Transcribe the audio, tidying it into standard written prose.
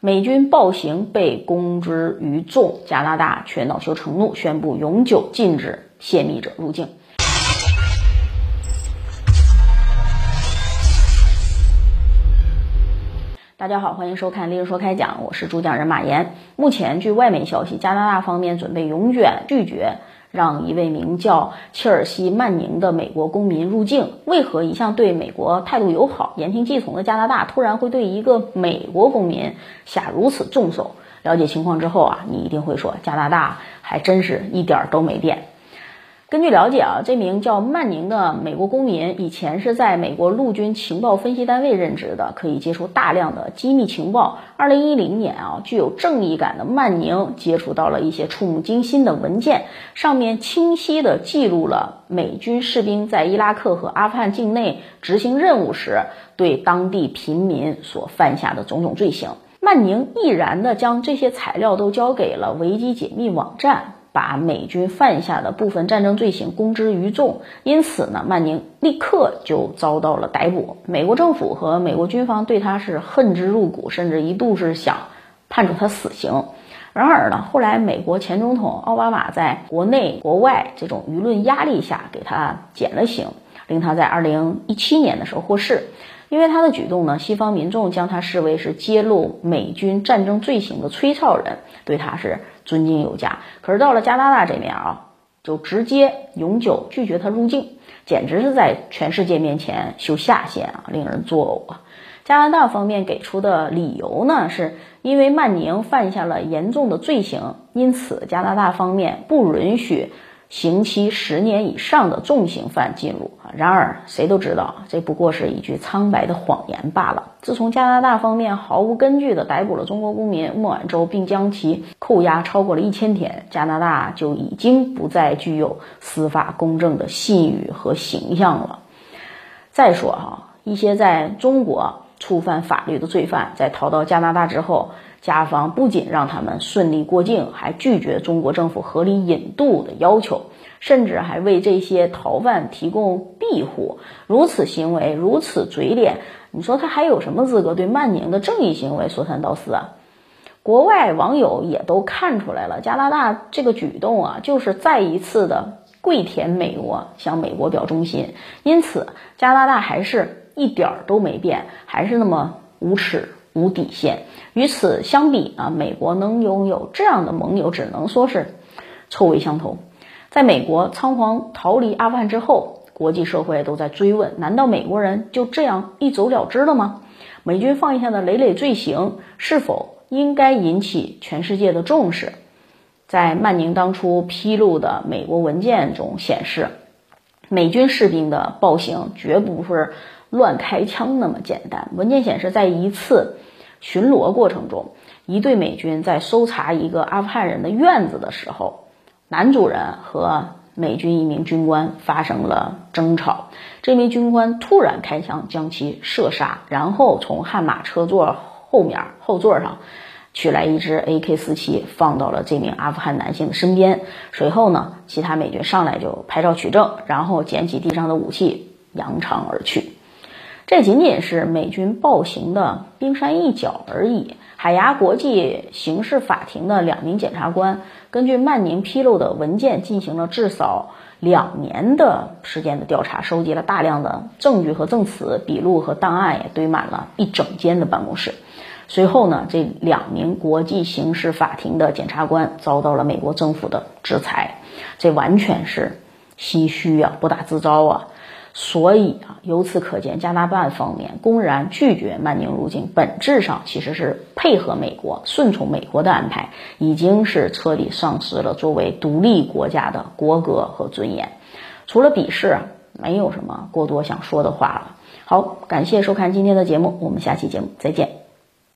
美军暴行被公之于众，加拿大却恼羞成怒，宣布永久禁止泄密者入境。大家好，欢迎收看历史说开讲，我是主讲人马岩。目前据外媒消息，加拿大方面准备永远拒绝让一位名叫切尔西·曼宁的美国公民入境。为何一向对美国态度友好、言听计从的加拿大突然会对一个美国公民下如此重手？了解情况之后你一定会说，加拿大还真是一点都没变。根据了解这名叫曼宁的美国公民以前是在美国陆军情报分析单位任职的，可以接触大量的机密情报。2010年具有正义感的曼宁接触到了一些触目惊心的文件，上面清晰地记录了美军士兵在伊拉克和阿富汗境内执行任务时对当地平民所犯下的种种罪行。曼宁毅然地将这些材料都交给了维基解密网站，把美军犯下的部分战争罪行公之于众，因此曼宁立刻就遭到了逮捕。美国政府和美国军方对他是恨之入骨，甚至一度是想判处他死刑。然而后来美国前总统奥巴马在国内国外这种舆论压力下给他减了刑，令他在2017年的时候获释。因为他的举动西方民众将他视为是揭露美军战争罪行的吹哨人，对他是尊敬有加。可是到了加拿大这边就直接永久拒绝他入境，简直是在全世界面前秀下限令人作呕。加拿大方面给出的理由呢，是因为曼宁犯下了严重的罪行，因此加拿大方面不允许刑期10年以上的重刑犯进入。然而谁都知道这不过是一句苍白的谎言罢了。自从加拿大方面毫无根据地逮捕了中国公民孟晚舟，并将其扣押超过了1000天，加拿大就已经不再具有司法公正的信誉和形象了。再说一些在中国触犯法律的罪犯在逃到加拿大之后，加方不仅让他们顺利过境，还拒绝中国政府合理引渡的要求，甚至还为这些逃犯提供庇护。如此行为，如此嘴脸，你说他还有什么资格对曼宁的正义行为说三道四国外网友也都看出来了，加拿大这个举动就是再一次的跪舔美国，向美国表忠心。因此加拿大还是一点都没变，还是那么无耻无底线。与此相比美国能拥有这样的盟友，只能说是臭味相投。在美国仓皇逃离阿富汗之后，国际社会都在追问，难道美国人就这样一走了之了吗？美军放下的累累罪行是否应该引起全世界的重视？在曼宁当初披露的美国文件中显示，美军士兵的暴行绝不是乱开枪那么简单。文件显示，在一次巡逻过程中，一队美军在搜查一个阿富汗人的院子的时候，男主人和美军一名军官发生了争吵，这名军官突然开枪将其射杀，然后从悍马车座后座上取来一支 AK-47 放到了这名阿富汗男性的身边。随后其他美军上来就拍照取证，然后捡起地上的武器扬长而去。这仅仅是美军暴行的冰山一角而已。海牙国际刑事法庭的2名检察官根据曼宁披露的文件进行了至少2年的时间的调查，收集了大量的证据和证词，笔录和档案也堆满了一整间的办公室。随后这2名国际刑事法庭的检察官遭到了美国政府的制裁，这完全是唏嘘不打自招所以由此可见，加拿大方面公然拒绝曼宁入境，本质上其实是配合美国，顺从美国的安排，已经是彻底丧失了作为独立国家的国格和尊严。除了鄙视没有什么过多想说的话了。好，感谢收看今天的节目，我们下期节目再见。